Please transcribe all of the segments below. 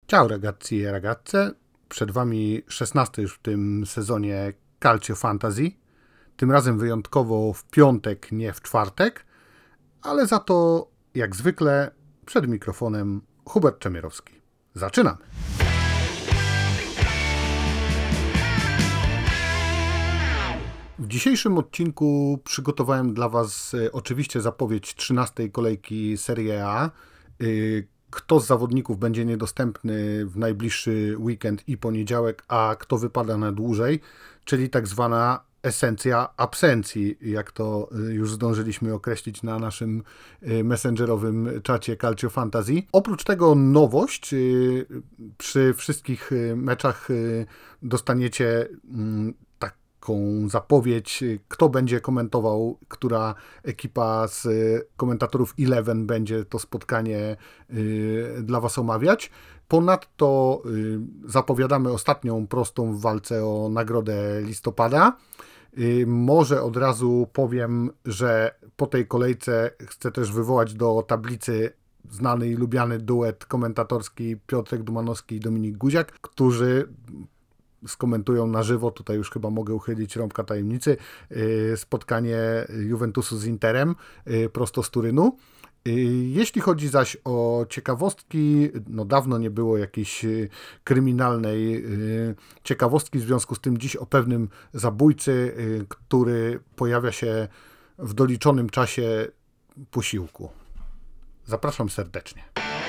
Ciao ragazzi e ragazze, przed Wami 16 już w tym sezonie Calcio Fantasy. Tym razem wyjątkowo w piątek, nie w czwartek, ale za to jak zwykle przed mikrofonem Hubert Czemierowski. Zaczynamy! W dzisiejszym odcinku przygotowałem dla Was oczywiście zapowiedź 13 kolejki Serie A. Kto z zawodników będzie niedostępny w najbliższy weekend i poniedziałek, a kto wypada na dłużej, czyli tak zwana esencja absencji, jak to już zdążyliśmy określić na naszym messengerowym czacie Calcio Fantasy. Oprócz tego nowość, przy wszystkich meczach dostaniecie taką zapowiedź, kto będzie komentował, która ekipa z komentatorów Eleven będzie to spotkanie dla Was omawiać. Ponadto zapowiadamy ostatnią prostą w walce o nagrodę listopada. Może od razu powiem, że po tej kolejce chcę też wywołać do tablicy znany i lubiany duet komentatorski Piotrek Dumanowski i Dominik Guziak, którzy skomentują na żywo, tutaj już chyba mogę uchylić rąbka tajemnicy, spotkanie Juventusu z Interem prosto z Turynu. Jeśli chodzi zaś o ciekawostki, dawno nie było jakiejś kryminalnej ciekawostki, w związku z tym dziś o pewnym zabójcy, który pojawia się w doliczonym czasie posiłku. Zapraszam serdecznie.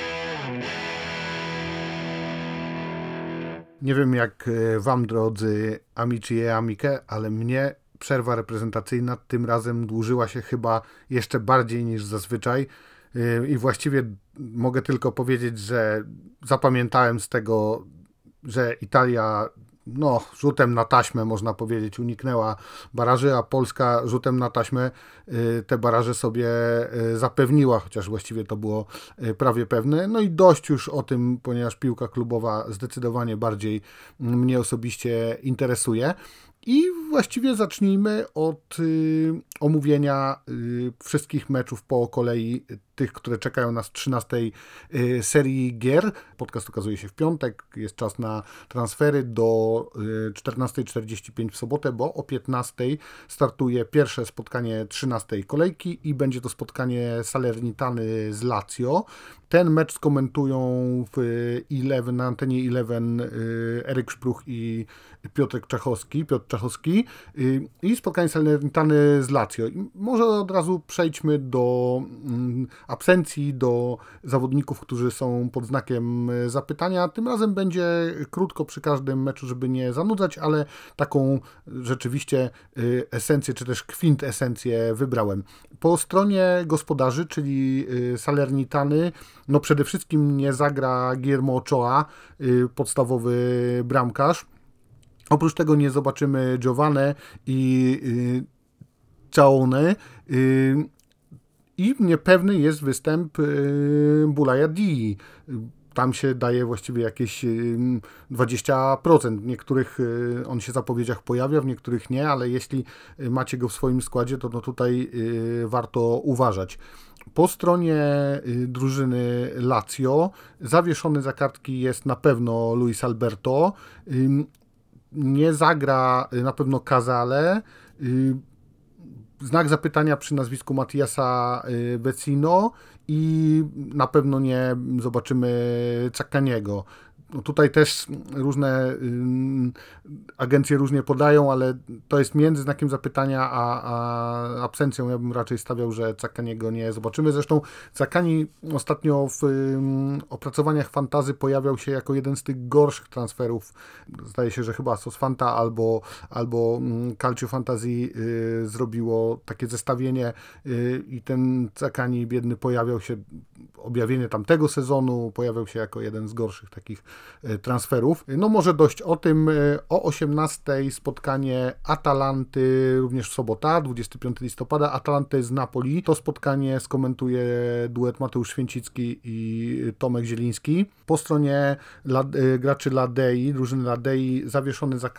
Nie wiem jak Wam, drodzy amici e amiche, ale mnie przerwa reprezentacyjna tym razem dłużyła się chyba jeszcze bardziej niż zazwyczaj i właściwie mogę tylko powiedzieć, że zapamiętałem z tego, że Italia rzutem na taśmę, można powiedzieć, uniknęła baraży, a Polska rzutem na taśmę te baraże sobie zapewniła, chociaż właściwie to było prawie pewne. No i dość już o tym, ponieważ piłka klubowa zdecydowanie bardziej mnie osobiście interesuje. I właściwie zacznijmy od omówienia wszystkich meczów po kolei, tych, które czekają nas w 13 serii gier. Podcast ukazuje się w piątek, jest czas na transfery do 14:45 w sobotę, bo o 15:00 startuje pierwsze spotkanie 13 kolejki i będzie to spotkanie Salernitany z Lazio. Ten mecz skomentują na antenie Eleven Eryk Szpruch i Piotr Czachowski i spotkanie Salernitany z Lazio. I może od razu przejdźmy do absencji, do zawodników, którzy są pod znakiem zapytania. Tym razem będzie krótko przy każdym meczu, żeby nie zanudzać, ale taką rzeczywiście esencję, czy też kwintesencję wybrałem. Po stronie gospodarzy, czyli Salernitany, przede wszystkim nie zagra Guillermo Ochoa, podstawowy bramkarz. Oprócz tego nie zobaczymy Giovane i Ciaone i niepewny jest występ Boulaya Dii. Tam się daje właściwie jakieś 20%. W niektórych on się w zapowiedziach pojawia, w niektórych nie, ale jeśli macie go w swoim składzie, to tutaj warto uważać. Po stronie drużyny Lazio zawieszony za kartki jest na pewno Luis Alberto. Nie zagra na pewno Casale. Znak zapytania przy nazwisku Mattiasa Vecino i na pewno nie zobaczymy Zaccagniego. Tutaj też różne agencje różnie podają, ale to jest między znakiem zapytania a absencją. Ja bym raczej stawiał, że Zaccagniego nie zobaczymy. Zresztą Zaccagni ostatnio w opracowaniach fantasy pojawiał się jako jeden z tych gorszych transferów. Zdaje się, że chyba Sosfanta albo Calcio Fantasy zrobiło takie zestawienie i ten Zaccagni biedny pojawiał się, objawienie tamtego sezonu, pojawiał się jako jeden z gorszych takich transferów. Może dość o tym. O 18:00 spotkanie Atalanty, również sobota, 25 listopada, Atalanty z Napoli. To spotkanie skomentuje duet Mateusz Święcicki i Tomek Zieliński. Po stronie graczy Ladei, drużyny Ladei, zawieszony za kartki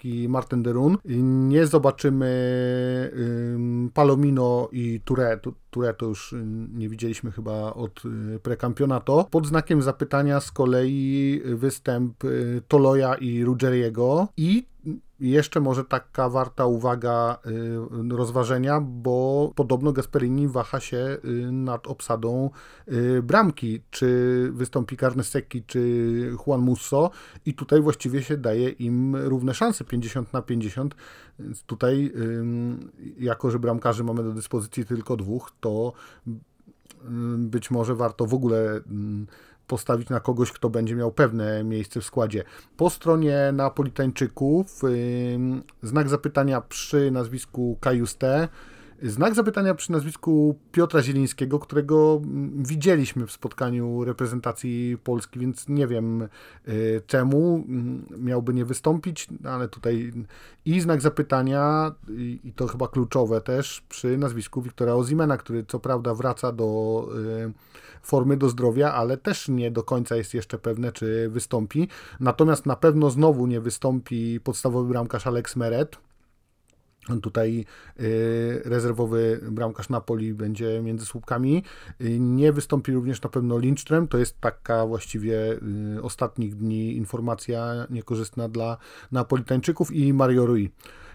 i Martin de Roon. Nie zobaczymy Palomino i Touré. Touré to już nie widzieliśmy chyba od Precampionato. Pod znakiem zapytania z kolei występ Toloja i Ruggeriego i jeszcze może taka warta uwaga rozważenia, bo podobno Gasperini waha się nad obsadą bramki, czy wystąpi Carnesecchi, czy Juan Musso i tutaj właściwie się daje im równe szanse, 50-50. Więc tutaj, jako że bramkarzy mamy do dyspozycji tylko 2, to być może warto w ogóle postawić na kogoś, kto będzie miał pewne miejsce w składzie. Po stronie Neapolitańczyków znak zapytania przy nazwisku Kajuste, znak zapytania przy nazwisku Piotra Zielińskiego, którego widzieliśmy w spotkaniu reprezentacji Polski, więc nie wiem czemu miałby nie wystąpić, ale tutaj i znak zapytania, i to chyba kluczowe też, przy nazwisku Wiktora Osimena, który co prawda wraca do formy, do zdrowia, ale też nie do końca jest jeszcze pewne, czy wystąpi. Natomiast na pewno znowu nie wystąpi podstawowy bramkarz Alex Meret. Tutaj rezerwowy bramkarz Napoli będzie między słupkami. Nie wystąpi również na pewno Lindström. To jest taka właściwie ostatnich dni informacja niekorzystna dla Neapolitańczyków i Mario Rui.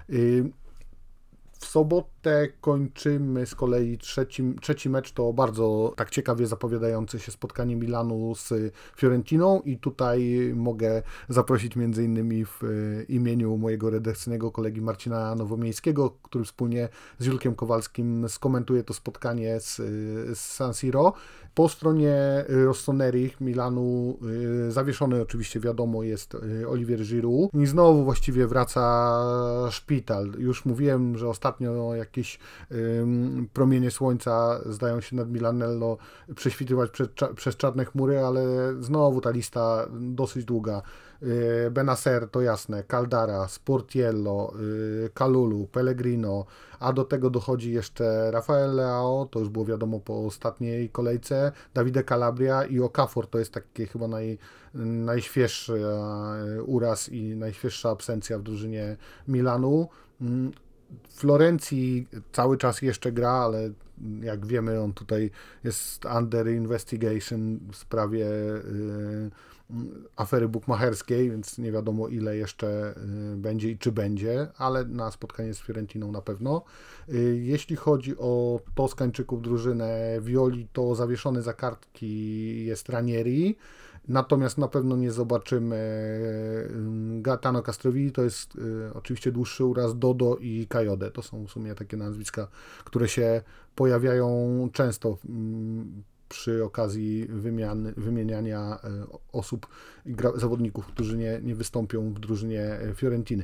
W sobotę kończymy z kolei trzeci mecz, to bardzo tak ciekawie zapowiadające się spotkanie Milanu z Fiorentiną i tutaj mogę zaprosić między innymi w imieniu mojego redakcyjnego kolegi Marcina Nowomiejskiego, który wspólnie z Julkiem Kowalskim skomentuje to spotkanie z San Siro. Po stronie Rossoneri Milanu zawieszony oczywiście wiadomo jest Olivier Giroud i znowu właściwie wraca szpital. Już mówiłem, że ostatnio jakieś promienie słońca zdają się nad Milanello prześwitywać przez czarne chmury, ale znowu ta lista dosyć długa. Benacer to jasne, Caldara, Sportiello, Kalulu, Pellegrino, a do tego dochodzi jeszcze Rafael Leao, to już było wiadomo po ostatniej kolejce, Davide Calabria i Okafor, to jest takie chyba najświeższy uraz i najświeższa absencja w drużynie Milanu. Florencji cały czas jeszcze gra, ale jak wiemy on tutaj jest under investigation w sprawie afery bukmacherskiej, więc nie wiadomo ile jeszcze będzie i czy będzie, ale na spotkanie z Fiorentiną na pewno. Jeśli chodzi o Toskańczyków drużynę Violi, to zawieszony za kartki jest Ranieri, natomiast na pewno nie zobaczymy Gaetano Castrovilli, to jest oczywiście dłuższy uraz, Dodo i Kayode. To są w sumie takie nazwiska, które się pojawiają często przy okazji wymieniania osób i zawodników, którzy nie wystąpią w drużynie Fiorentiny.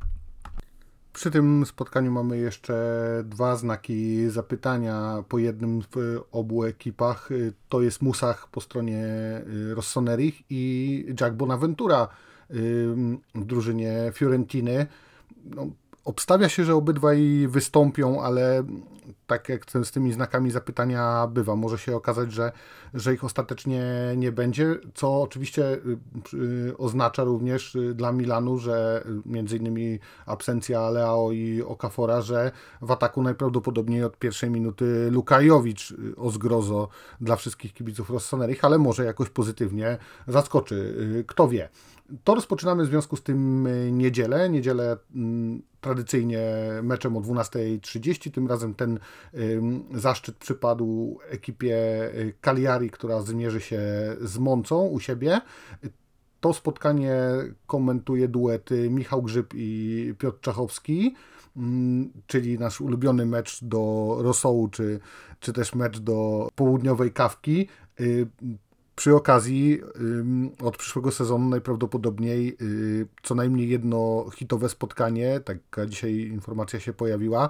Przy tym spotkaniu mamy jeszcze 2 znaki zapytania po jednym w obu ekipach. To jest Musach po stronie Rossonerich i Jack Bonaventura w drużynie Fiorentiny. No, obstawia się, że obydwaj wystąpią, ale tak jak z tymi znakami zapytania bywa, może się okazać, że ich ostatecznie nie będzie, co oczywiście oznacza również dla Milanu, że między innymi absencja Leao i Okafora, że w ataku najprawdopodobniej od pierwszej minuty Lukajowicz o zgrozo dla wszystkich kibiców Rossonerich, ale może jakoś pozytywnie zaskoczy, kto wie. To rozpoczynamy w związku z tym niedzielę. Niedzielę tradycyjnie meczem o 12:30. Tym razem ten zaszczyt przypadł ekipie Cagliari, która zmierzy się z Moncą u siebie. To spotkanie komentuje duety Michał Grzyb i Piotr Czachowski, czyli nasz ulubiony mecz do rosołu, czy też mecz do południowej kawki. Przy okazji od przyszłego sezonu najprawdopodobniej co najmniej jedno hitowe spotkanie, taka dzisiaj informacja się pojawiła,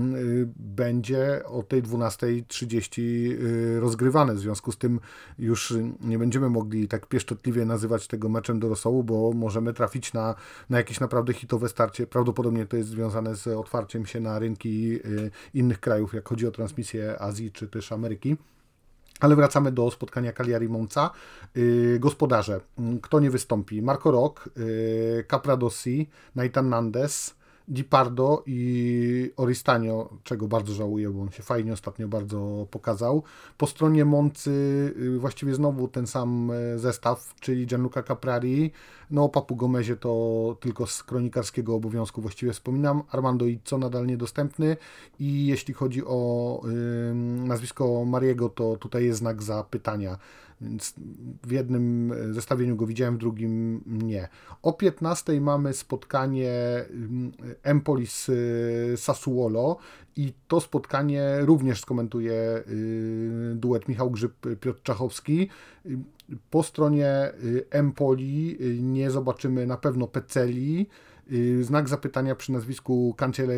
będzie o tej 12:30 rozgrywane. W związku z tym już nie będziemy mogli tak pieszczotliwie nazywać tego meczem do rosołu, bo możemy trafić na jakieś naprawdę hitowe starcie. Prawdopodobnie to jest związane z otwarciem się na rynki innych krajów, jak chodzi o transmisję Azji czy też Ameryki. Ale wracamy do spotkania Cagliari-Monza. Gospodarze. Kto nie wystąpi? Marco Rok, Capradossi, Nathan Nandes, Di Pardo i Oristagno, czego bardzo żałuję, bo on się fajnie ostatnio bardzo pokazał. Po stronie Moncy właściwie znowu ten sam zestaw, czyli Gianluca Caprari. No o Papu Gomezie to tylko z kronikarskiego obowiązku właściwie wspominam. Armando Izzo nadal niedostępny i jeśli chodzi o nazwisko Mariego, to tutaj jest znak zapytania. Więc w jednym zestawieniu go widziałem, w drugim nie. O 15 mamy spotkanie Empoli z Sassuolo i to spotkanie również skomentuje duet Michał Grzyb-Piotr Czachowski. Po stronie Empoli nie zobaczymy na pewno Pecelli. Znak zapytania przy nazwisku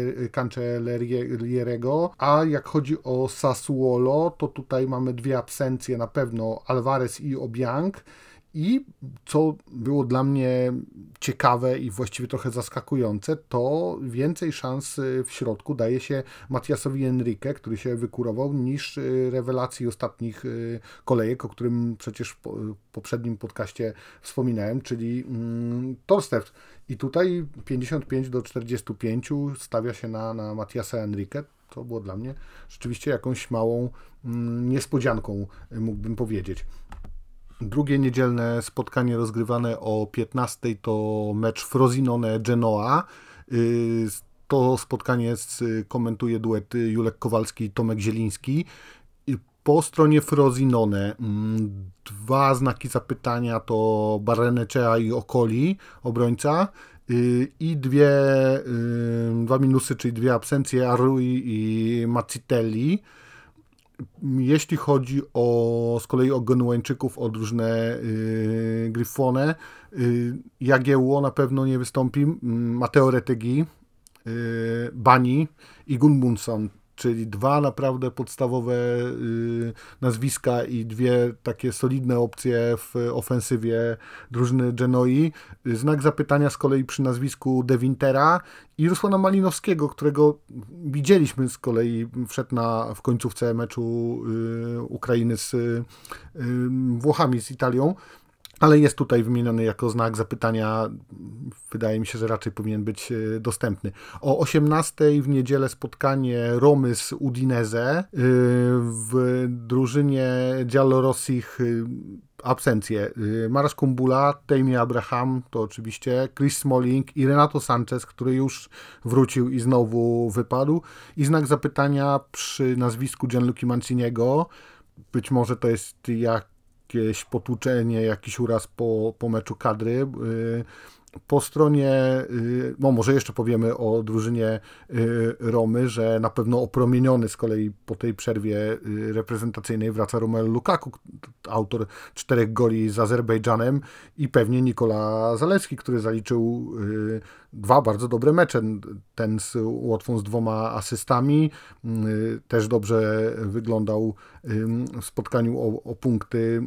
Cancellieriego, a jak chodzi o Sassuolo, to tutaj mamy dwie absencje na pewno, Alvarez i Obiang. I co było dla mnie ciekawe i właściwie trochę zaskakujące, to więcej szans w środku daje się Matiasowi Enrique, który się wykurował, niż rewelacji ostatnich kolejek, o którym przecież w poprzednim podcaście wspominałem, czyli Torstef. I tutaj 55-45 stawia się na Matiasa Enrique. To było dla mnie rzeczywiście jakąś małą niespodzianką, mógłbym powiedzieć. Drugie niedzielne spotkanie rozgrywane o 15 to mecz Frosinone-Genoa. To spotkanie komentuje duet Julek Kowalski i Tomek Zieliński. Po stronie Frosinone dwa znaki zapytania to Barrenechea i Okoli, obrońca, i dwa minusy, czyli dwie absencje Arrui i Mazzitelli. Jeśli chodzi z kolei o Genueńczyków, o drużynę Grifone, Jagiełło na pewno nie wystąpi, Matteo Retegui, Bani i Gunmundsson, czyli dwa naprawdę podstawowe nazwiska i dwie takie solidne opcje w ofensywie drużyny Genoi. Znak zapytania z kolei przy nazwisku De Wintera i Rusłana Malinowskiego, którego widzieliśmy z kolei, wszedł w końcówce meczu Ukrainy z Włochami, z Italią. Ale jest tutaj wymieniony jako znak zapytania. Wydaje mi się, że raczej powinien być dostępny. O 18 w niedzielę spotkanie Romy z Udinese. W drużynie Giallorossich absencje. Marasz Kumbula, Tammy Abraham, to oczywiście, Chris Smalling i Renato Sanchez, który już wrócił i znowu wypadł. I znak zapytania przy nazwisku Gianluigi Manciniego. Być może to jest jakieś potłuczenie, jakiś uraz po meczu kadry. Po stronie, no może jeszcze powiemy o drużynie Romy, że na pewno opromieniony z kolei po tej przerwie reprezentacyjnej wraca Romelu Lukaku, autor 4 goli z Azerbejdżanem, i pewnie Nikola Zalewski, który zaliczył 2 bardzo dobre mecze, ten z Łotwą z 2 asystami, też dobrze wyglądał w spotkaniu o punkty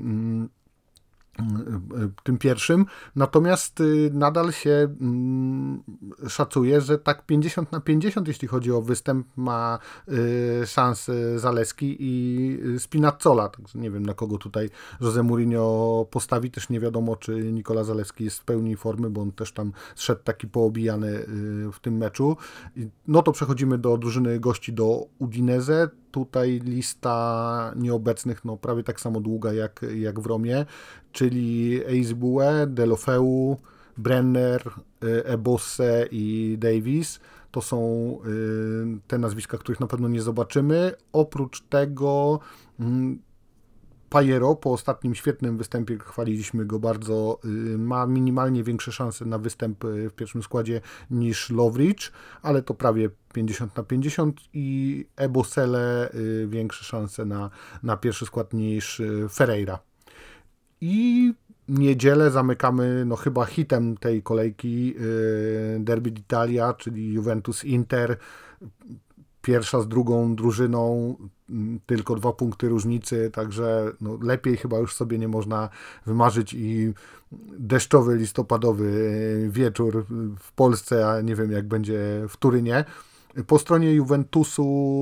tym pierwszym, natomiast nadal się szacuje, że tak 50-50, jeśli chodzi o występ, ma szansę Zaleski i Spinazzola. Także nie wiem, na kogo tutaj José Mourinho postawi. Też nie wiadomo, czy Nikola Zalewski jest w pełni formy, bo on też tam zszedł taki poobijany w tym meczu. No to przechodzimy do drużyny gości, do Udinese. Tutaj lista nieobecnych prawie tak samo długa jak w Romie, czyli Eizbue, Deulofeu, Brenner, Ebosse i Davis. To są te nazwiska, których na pewno nie zobaczymy. Oprócz tego Pajero po ostatnim świetnym występie, chwaliliśmy go bardzo, ma minimalnie większe szanse na występ w pierwszym składzie niż Lovric, ale to prawie 50-50, i Ebosele większe szanse na pierwszy skład niż Ferreira. I niedzielę zamykamy chyba hitem tej kolejki, Derby d'Italia, czyli Juventus-Inter. Pierwsza z drugą drużyną, tylko 2 punkty różnicy, także lepiej chyba już sobie nie można wymarzyć, i deszczowy, listopadowy wieczór w Polsce, a nie wiem jak będzie w Turynie. Po stronie Juventusu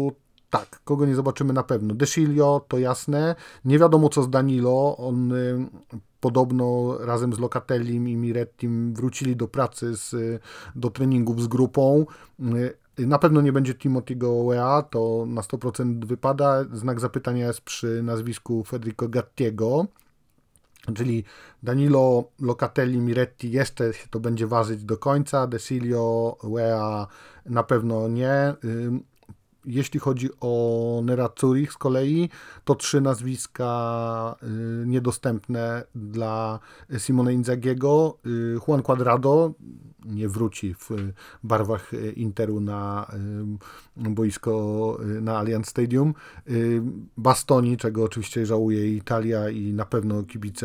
Tak, kogo nie zobaczymy na pewno. Desilio to jasne. Nie wiadomo co z Danilo. On podobno razem z Locatellim i Mirettim wrócili do pracy, do treningów z grupą. Na pewno nie będzie Timothy'ego Weah, to na 100% wypada. Znak zapytania jest przy nazwisku Federico Gattiego. Czyli Danilo, Locatelli, Miretti jeszcze się to będzie ważyć do końca. Desilio, Weah na pewno nie. Jeśli chodzi o Nerazzurich z kolei, to 3 nazwiska niedostępne dla Simone Inzaghiego. Juan Cuadrado nie wróci w barwach Interu na boisko na Allianz Stadium. Bastoni, czego oczywiście żałuje Italia i na pewno kibice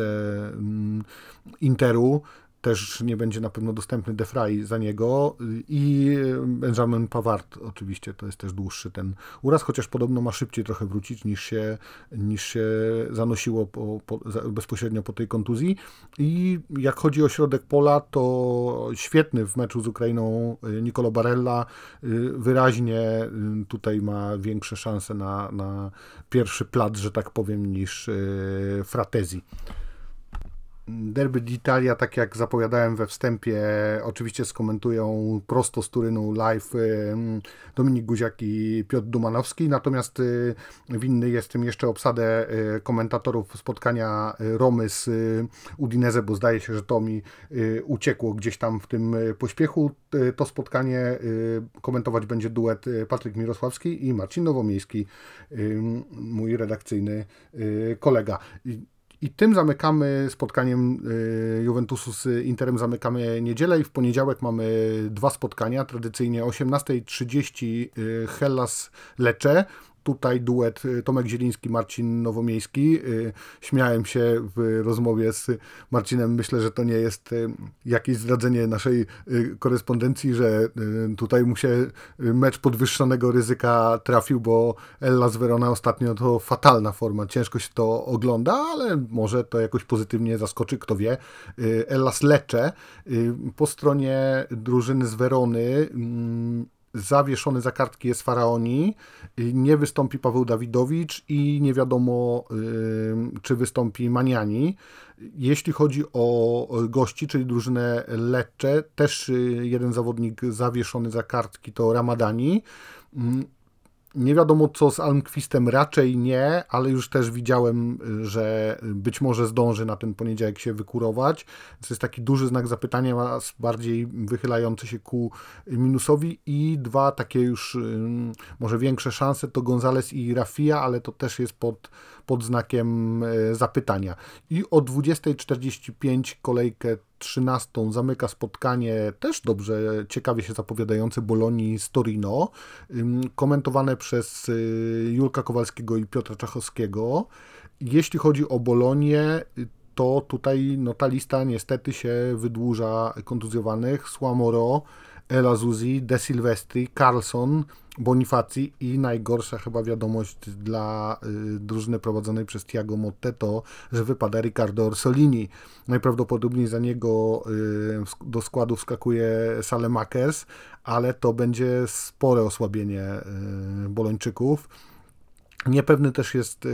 Interu. Też nie będzie na pewno dostępny De Vrij za niego i Benjamin Pavard oczywiście, to jest też dłuższy ten uraz, chociaż podobno ma szybciej trochę wrócić niż się zanosiło bezpośrednio po tej kontuzji. I jak chodzi o środek pola, to świetny w meczu z Ukrainą Nicolo Barella, wyraźnie tutaj ma większe szanse na pierwszy plac, że tak powiem, niż Fratesi. Derby d'Italia, tak jak zapowiadałem we wstępie, oczywiście skomentują prosto z Turynu live Dominik Guziak i Piotr Dumanowski, natomiast winny jestem jeszcze obsadę komentatorów spotkania Romy z Udinese, bo zdaje się, że to mi uciekło gdzieś tam w tym pośpiechu. To spotkanie komentować będzie duet Patryk Mirosławski i Marcin Nowomiejski, mój redakcyjny kolega. I tym zamykamy spotkaniem Juventusu z Interem, zamykamy niedzielę i w poniedziałek mamy 2 spotkania, tradycyjnie 18:30 Hellas Lecce. Tutaj duet Tomek Zieliński, Marcin Nowomiejski. Śmiałem się w rozmowie z Marcinem. Myślę, że to nie jest jakieś zdradzenie naszej korespondencji, że tutaj mu się mecz podwyższonego ryzyka trafił, bo Hellas Verona ostatnio to fatalna forma. Ciężko się to ogląda, ale może to jakoś pozytywnie zaskoczy, kto wie. Hellas Lecce po stronie drużyny z Werony. Zawieszony za kartki jest Faraoni, nie wystąpi Paweł Dawidowicz i nie wiadomo, czy wystąpi Maniani. Jeśli chodzi o gości, czyli drużynę Lecce, też jeden zawodnik zawieszony za kartki to Ramadani. Nie wiadomo co z Almqvistem, raczej nie, ale już też widziałem, że być może zdąży na ten poniedziałek się wykurować. To jest taki duży znak zapytania, bardziej wychylający się ku minusowi i 2 takie już może większe szanse to González i Rafia, ale to też jest pod znakiem zapytania. I o 20:45 kolejkę 13 zamyka spotkanie też dobrze, ciekawie się zapowiadające Bolonii z Torino, komentowane przez Julka Kowalskiego i Piotra Czachowskiego. Jeśli chodzi o Bolonię, to tutaj ta lista niestety się wydłuża kontuzjowanych. Suamoro, El Azuzi, De Silvestri, Carlson, Bonifaci i najgorsza chyba wiadomość dla drużyny prowadzonej przez Thiago Motte to, że wypada Riccardo Orsolini. Najprawdopodobniej za niego do składu wskakuje Salemakers, ale to będzie spore osłabienie Bolończyków. Niepewny też jest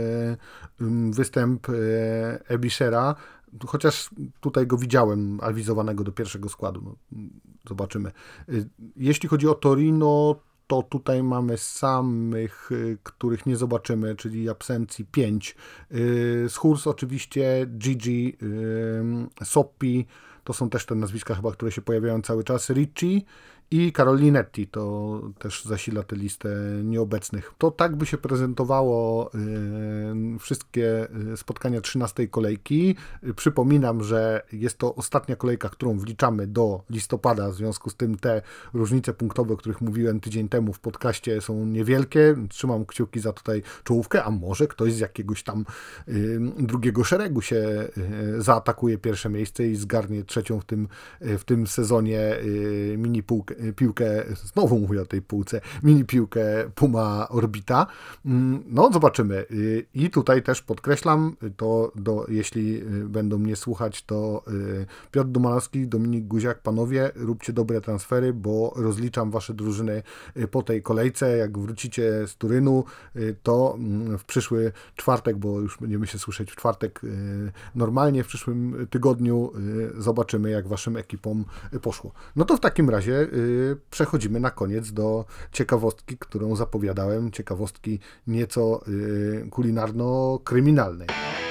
występ Ebiszera, chociaż tutaj go widziałem awizowanego do pierwszego składu. Zobaczymy. Jeśli chodzi o Torino, to tutaj mamy samych, których nie zobaczymy, czyli absencji 5. Z Hurs oczywiście, Gigi, Soppi, to są też te nazwiska chyba, które się pojawiają cały czas, Ricci i Carolinetti, to też zasila tę listę nieobecnych. To tak by się prezentowało wszystkie spotkania 13 kolejki. Przypominam, że jest to ostatnia kolejka, którą wliczamy do listopada, w związku z tym te różnice punktowe, o których mówiłem tydzień temu w podcaście są niewielkie. Trzymam kciuki za tutaj czołówkę, a może ktoś z jakiegoś tam drugiego szeregu się zaatakuje pierwsze miejsce i zgarnie trzecią w tym sezonie piłkę, znowu mówię o tej półce, mini piłkę Puma Orbita. No zobaczymy. I tutaj też podkreślam, jeśli będą mnie słuchać, to Piotr Dumanowski, Dominik Guziak, panowie, róbcie dobre transfery, bo rozliczam wasze drużyny po tej kolejce. Jak wrócicie z Turynu, to w przyszły czwartek, bo już będziemy się słyszeć w czwartek normalnie, w przyszłym tygodniu zobaczymy, jak waszym ekipom poszło. No to w takim razie przechodzimy na koniec do ciekawostki, którą zapowiadałem, ciekawostki nieco kulinarno-kryminalnej.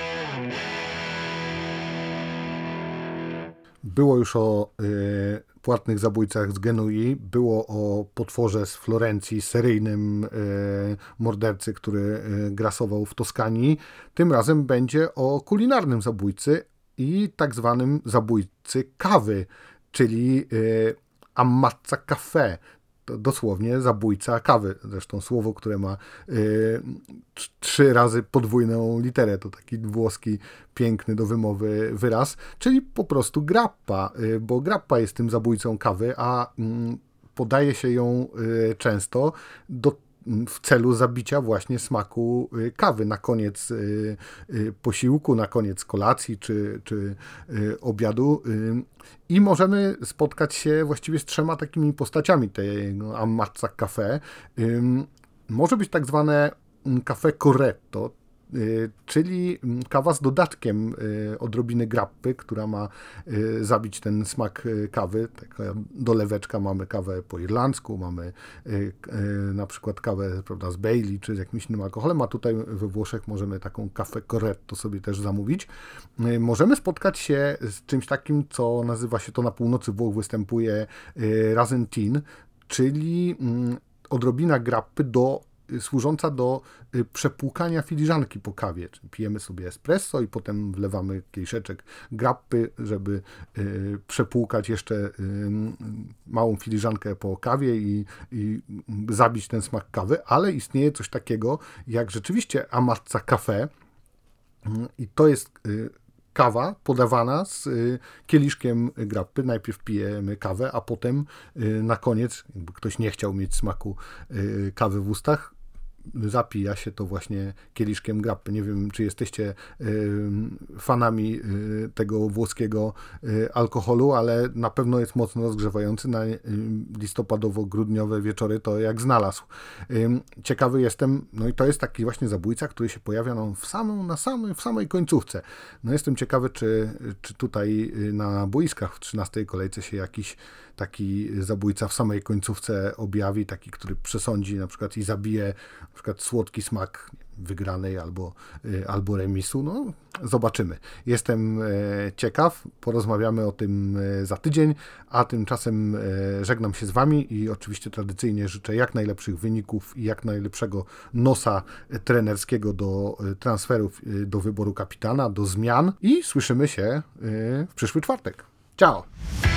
Było już o płatnych zabójcach z Genui, było o potworze z Florencji, seryjnym mordercy, który grasował w Toskanii. Tym razem będzie o kulinarnym zabójcy i tak zwanym zabójcy kawy, czyli ammazza caffè. To dosłownie zabójca kawy. Zresztą słowo, które ma 3 razy podwójną literę. To taki włoski, piękny do wymowy wyraz. Czyli po prostu grappa, bo grappa jest tym zabójcą kawy, a podaje się ją często w celu zabicia właśnie smaku kawy na koniec posiłku, na koniec kolacji czy obiadu. I możemy spotkać się właściwie z 3 takimi postaciami tego ammazza caffè. Może być tak zwane caffè corretto, czyli kawa z dodatkiem odrobiny grappy, która ma zabić ten smak kawy. Taka doleweczka, mamy kawę po irlandzku, mamy na przykład kawę, prawda, z Bailey czy z jakimś innym alkoholem, a tutaj we Włoszech możemy taką caffè corretto sobie też zamówić. Możemy spotkać się z czymś takim, co nazywa się, to na północy Włoch występuje, rasentin, czyli odrobina grappy służąca do przepłukania filiżanki po kawie. Czyli pijemy sobie espresso i potem wlewamy kieliszeczek grappy, żeby przepłukać jeszcze małą filiżankę po kawie i zabić ten smak kawy, ale istnieje coś takiego jak rzeczywiście ammazza caffè i to jest kawa podawana z kieliszkiem grappy. Najpierw pijemy kawę, a potem na koniec, jakby ktoś nie chciał mieć smaku kawy w ustach, zapija się to właśnie kieliszkiem grappy. Nie wiem, czy jesteście fanami tego włoskiego alkoholu, ale na pewno jest mocno rozgrzewający. Na listopadowo-grudniowe wieczory to jak znalazł. Ciekawy jestem, no i to jest taki właśnie zabójca, który się pojawia w samej końcówce. No jestem ciekawy, czy tutaj na boiskach w 13 kolejce się jakiś taki zabójca w samej końcówce objawi, taki, który przesądzi na przykład i zabije na przykład słodki smak wygranej albo remisu. No, zobaczymy. Jestem ciekaw, porozmawiamy o tym za tydzień, a tymczasem żegnam się z wami i oczywiście tradycyjnie życzę jak najlepszych wyników i jak najlepszego nosa trenerskiego do transferów, do wyboru kapitana, do zmian i słyszymy się w przyszły czwartek. Ciao!